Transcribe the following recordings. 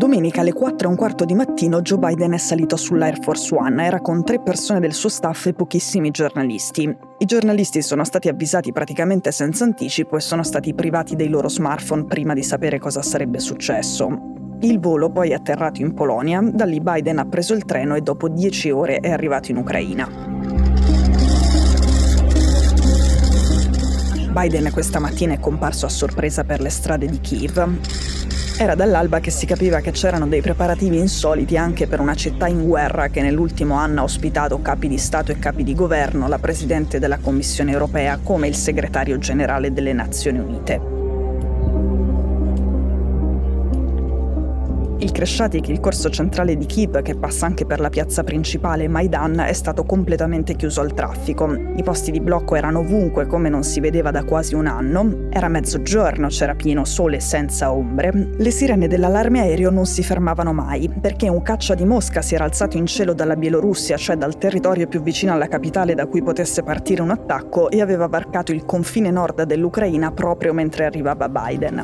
Domenica alle 4:15 di mattino Joe Biden è salito sull'Air Force One, era con 3 persone del suo staff e pochissimi giornalisti. I giornalisti sono stati avvisati praticamente senza anticipo e sono stati privati dei loro smartphone prima di sapere cosa sarebbe successo. Il volo poi è atterrato in Polonia, da lì Biden ha preso il treno e dopo 10 ore è arrivato in Ucraina. Biden questa mattina è comparso a sorpresa per le strade di Kiev. Era dall'alba che si capiva che c'erano dei preparativi insoliti anche per una città in guerra che nell'ultimo anno ha ospitato capi di Stato e capi di governo, la Presidente della Commissione europea come il Segretario Generale delle Nazioni Unite. Il Cresciatic, il corso centrale di Kiev, che passa anche per la piazza principale Maidan, è stato completamente chiuso al traffico. I posti di blocco erano ovunque, come non si vedeva da quasi un anno. Era mezzogiorno, c'era pieno sole senza ombre. Le sirene dell'allarme aereo non si fermavano mai, perché un caccia di Mosca si era alzato in cielo dalla Bielorussia, cioè dal territorio più vicino alla capitale da cui potesse partire un attacco, e aveva varcato il confine nord dell'Ucraina proprio mentre arrivava Biden.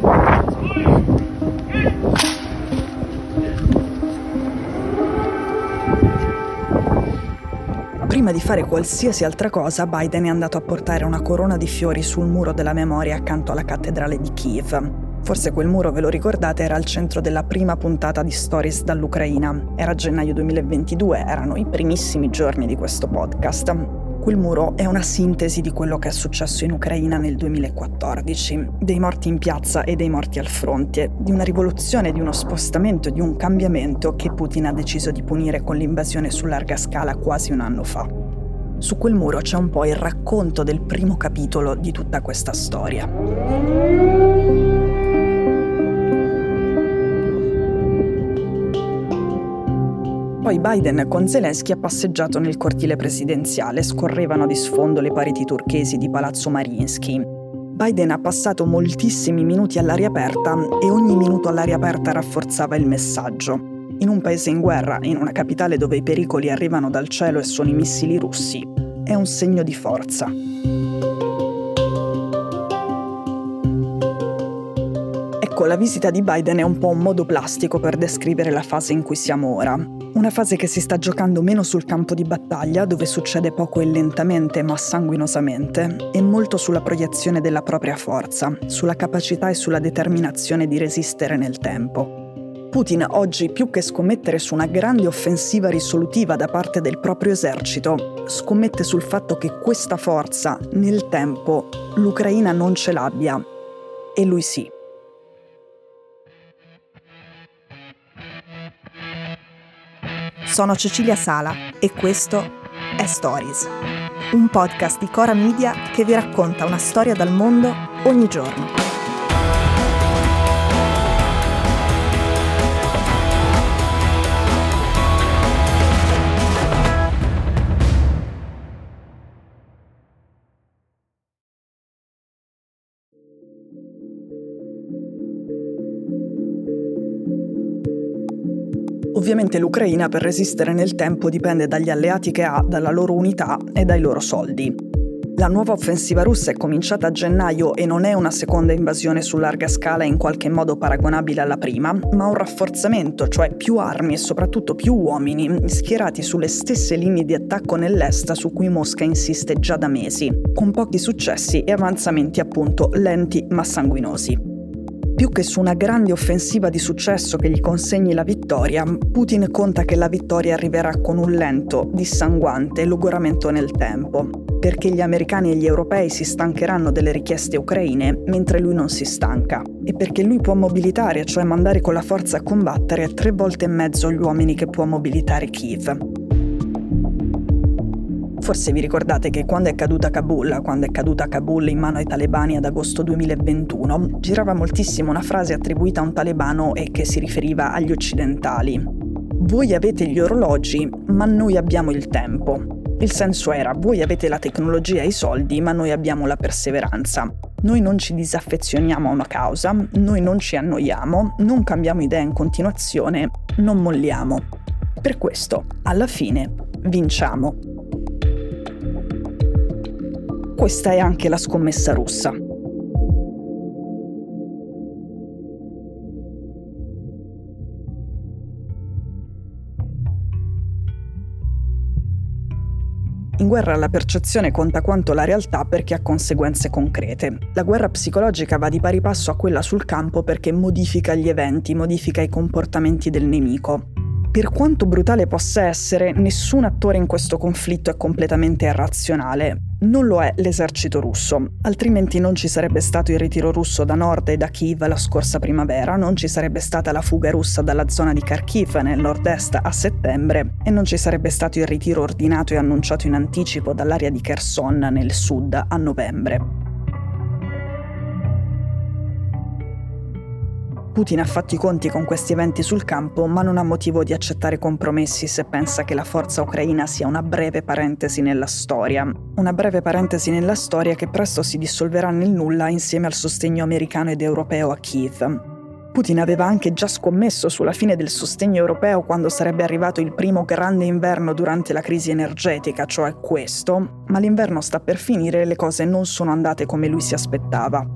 Prima di fare qualsiasi altra cosa, Biden è andato a portare una corona di fiori sul muro della memoria accanto alla cattedrale di Kiev. Forse quel muro, ve lo ricordate, era al centro della prima puntata di Stories dall'Ucraina. Era gennaio 2022, erano i primissimi giorni di questo podcast. Quel muro è una sintesi di quello che è successo in Ucraina nel 2014, dei morti in piazza e dei morti al fronte, di una rivoluzione, di uno spostamento, di un cambiamento che Putin ha deciso di punire con l'invasione su larga scala quasi un anno fa. Su quel muro c'è un po' il racconto del primo capitolo di tutta questa storia. Poi Biden con Zelensky ha passeggiato nel cortile presidenziale, scorrevano di sfondo le pareti turchesi di Palazzo Mariinsky. Biden ha passato moltissimi minuti all'aria aperta e ogni minuto all'aria aperta rafforzava il messaggio. In un paese in guerra, in una capitale dove i pericoli arrivano dal cielo e sono i missili russi, è un segno di forza. Ecco, la visita di Biden è un po' un modo plastico per descrivere la fase in cui siamo ora. Una fase che si sta giocando meno sul campo di battaglia, dove succede poco e lentamente ma sanguinosamente, e molto sulla proiezione della propria forza, sulla capacità e sulla determinazione di resistere nel tempo. Putin oggi, più che scommettere su una grande offensiva risolutiva da parte del proprio esercito, scommette sul fatto che questa forza, nel tempo, l'Ucraina non ce l'abbia. E lui sì. Sono Cecilia Sala e questo è Stories, un podcast di Cora Media che vi racconta una storia dal mondo ogni giorno. Ovviamente l'Ucraina per resistere nel tempo dipende dagli alleati che ha, dalla loro unità e dai loro soldi. La nuova offensiva russa è cominciata a gennaio e non è una seconda invasione su larga scala in qualche modo paragonabile alla prima, ma un rafforzamento, cioè più armi e soprattutto più uomini schierati sulle stesse linee di attacco nell'est su cui Mosca insiste già da mesi, con pochi successi e avanzamenti appunto lenti ma sanguinosi. Più che su una grande offensiva di successo che gli consegni la vittoria, Putin conta che la vittoria arriverà con un lento, dissanguante logoramento nel tempo, perché gli americani e gli europei si stancheranno delle richieste ucraine mentre lui non si stanca, e perché lui può mobilitare, cioè mandare con la forza a combattere 3 volte e mezzo gli uomini che può mobilitare Kiev. Forse vi ricordate che quando è caduta Kabul in mano ai talebani ad agosto 2021, girava moltissimo una frase attribuita a un talebano e che si riferiva agli occidentali. Voi avete gli orologi, ma noi abbiamo il tempo. Il senso era, voi avete la tecnologia e i soldi, ma noi abbiamo la perseveranza. Noi non ci disaffezioniamo a una causa, noi non ci annoiamo, non cambiamo idea in continuazione, non molliamo. Per questo, alla fine, vinciamo. Questa è anche la scommessa russa. In guerra la percezione conta quanto la realtà perché ha conseguenze concrete. La guerra psicologica va di pari passo a quella sul campo perché modifica gli eventi, modifica i comportamenti del nemico. Per quanto brutale possa essere, nessun attore in questo conflitto è completamente irrazionale. Non lo è l'esercito russo, altrimenti non ci sarebbe stato il ritiro russo da nord e da Kiev la scorsa primavera, non ci sarebbe stata la fuga russa dalla zona di Kharkiv nel nord-est a settembre e non ci sarebbe stato il ritiro ordinato e annunciato in anticipo dall'area di Kherson nel sud a novembre. Putin ha fatto i conti con questi eventi sul campo, ma non ha motivo di accettare compromessi se pensa che la forza ucraina sia una breve parentesi nella storia. Una breve parentesi nella storia che presto si dissolverà nel nulla insieme al sostegno americano ed europeo a Kiev. Putin aveva anche già scommesso sulla fine del sostegno europeo quando sarebbe arrivato il primo grande inverno durante la crisi energetica, cioè questo, ma l'inverno sta per finire e le cose non sono andate come lui si aspettava.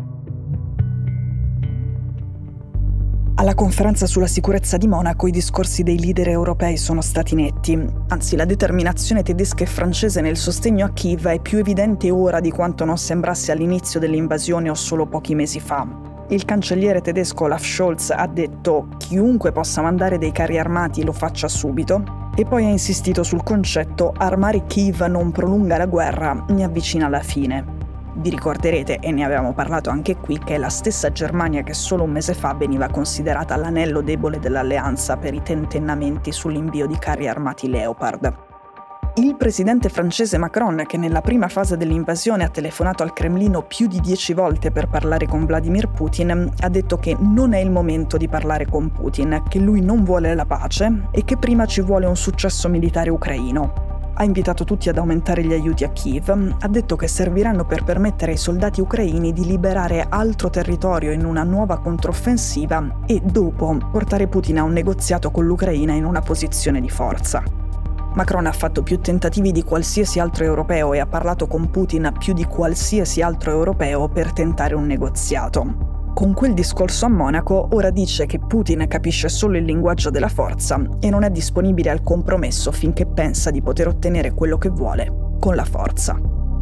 Alla conferenza sulla sicurezza di Monaco i discorsi dei leader europei sono stati netti, anzi la determinazione tedesca e francese nel sostegno a Kiev è più evidente ora di quanto non sembrasse all'inizio dell'invasione o solo pochi mesi fa. Il cancelliere tedesco Olaf Scholz ha detto «chiunque possa mandare dei carri armati lo faccia subito» e poi ha insistito sul concetto «armare Kiev non prolunga la guerra, ne avvicina la fine». Vi ricorderete, e ne avevamo parlato anche qui, che è la stessa Germania che solo un mese fa veniva considerata l'anello debole dell'alleanza per i tentennamenti sull'invio di carri armati Leopard. Il presidente francese Macron, che nella prima fase dell'invasione ha telefonato al Cremlino più di 10 volte per parlare con Vladimir Putin, ha detto che non è il momento di parlare con Putin, che lui non vuole la pace e che prima ci vuole un successo militare ucraino. Ha invitato tutti ad aumentare gli aiuti a Kiev, ha detto che serviranno per permettere ai soldati ucraini di liberare altro territorio in una nuova controffensiva e dopo portare Putin a un negoziato con l'Ucraina in una posizione di forza. Macron ha fatto più tentativi di qualsiasi altro europeo e ha parlato con Putin più di qualsiasi altro europeo per tentare un negoziato. Con quel discorso a Monaco ora dice che Putin capisce solo il linguaggio della forza e non è disponibile al compromesso finché pensa di poter ottenere quello che vuole con la forza.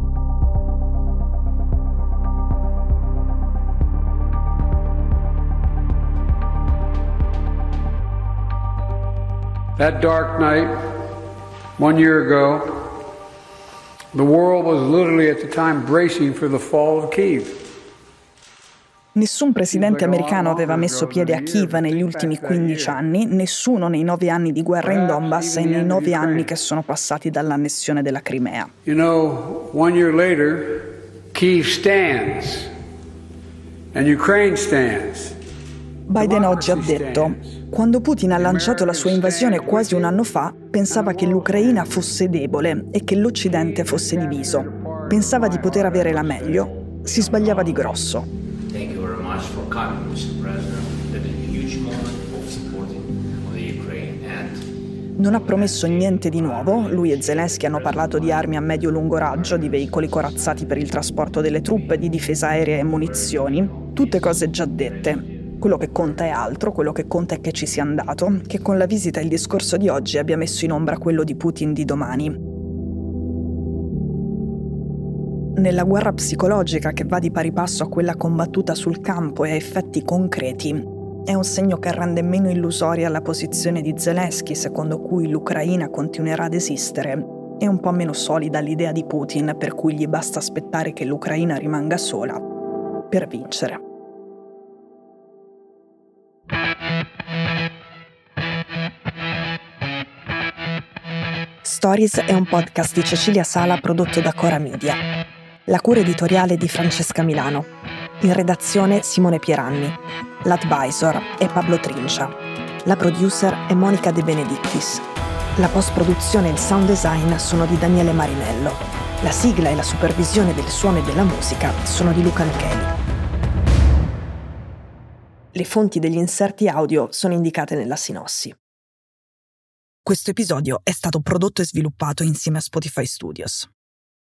That dark night, 1 year ago, the world was literally at the time bracing for the fall of Kiev. Nessun presidente americano aveva messo piede a Kiev negli ultimi 15 anni, nessuno nei 9 anni di guerra in Donbass e nei 9 anni che sono passati dall'annessione della Crimea. You know, 1 year later, Kiev stands and Ukraine stands. Biden oggi ha detto: quando Putin ha lanciato la sua invasione quasi un anno fa, pensava che l'Ucraina fosse debole e che l'Occidente fosse diviso. Pensava di poter avere la meglio. Si sbagliava di grosso. Thank you very much for coming, Mr. President. That is a huge moment of supporting the Ukraine and Non ha promesso niente di nuovo. Lui e Zelensky hanno parlato di armi a medio-lungo raggio, di veicoli corazzati per il trasporto delle truppe, di difesa aerea e munizioni. Tutte cose già dette. Quello che conta è altro, quello che conta è che ci sia andato, che con la visita e il discorso di oggi abbia messo in ombra quello di Putin di domani. Nella guerra psicologica che va di pari passo a quella combattuta sul campo e a effetti concreti, è un segno che rende meno illusoria la posizione di Zelensky, secondo cui l'Ucraina continuerà ad esistere, e un po' meno solida l'idea di Putin, per cui gli basta aspettare che l'Ucraina rimanga sola per vincere. Stories è un podcast di Cecilia Sala prodotto da Cora Media. La cura editoriale di Francesca Milano. In redazione Simone Pieranni. L'advisor è Pablo Trincia. La producer è Monica De Benedictis. La post-produzione e il sound design sono di Daniele Marinello. La sigla e la supervisione del suono e della musica sono di Luca Micheli. Le fonti degli inserti audio sono indicate nella sinossi. Questo episodio è stato prodotto e sviluppato insieme a Spotify Studios.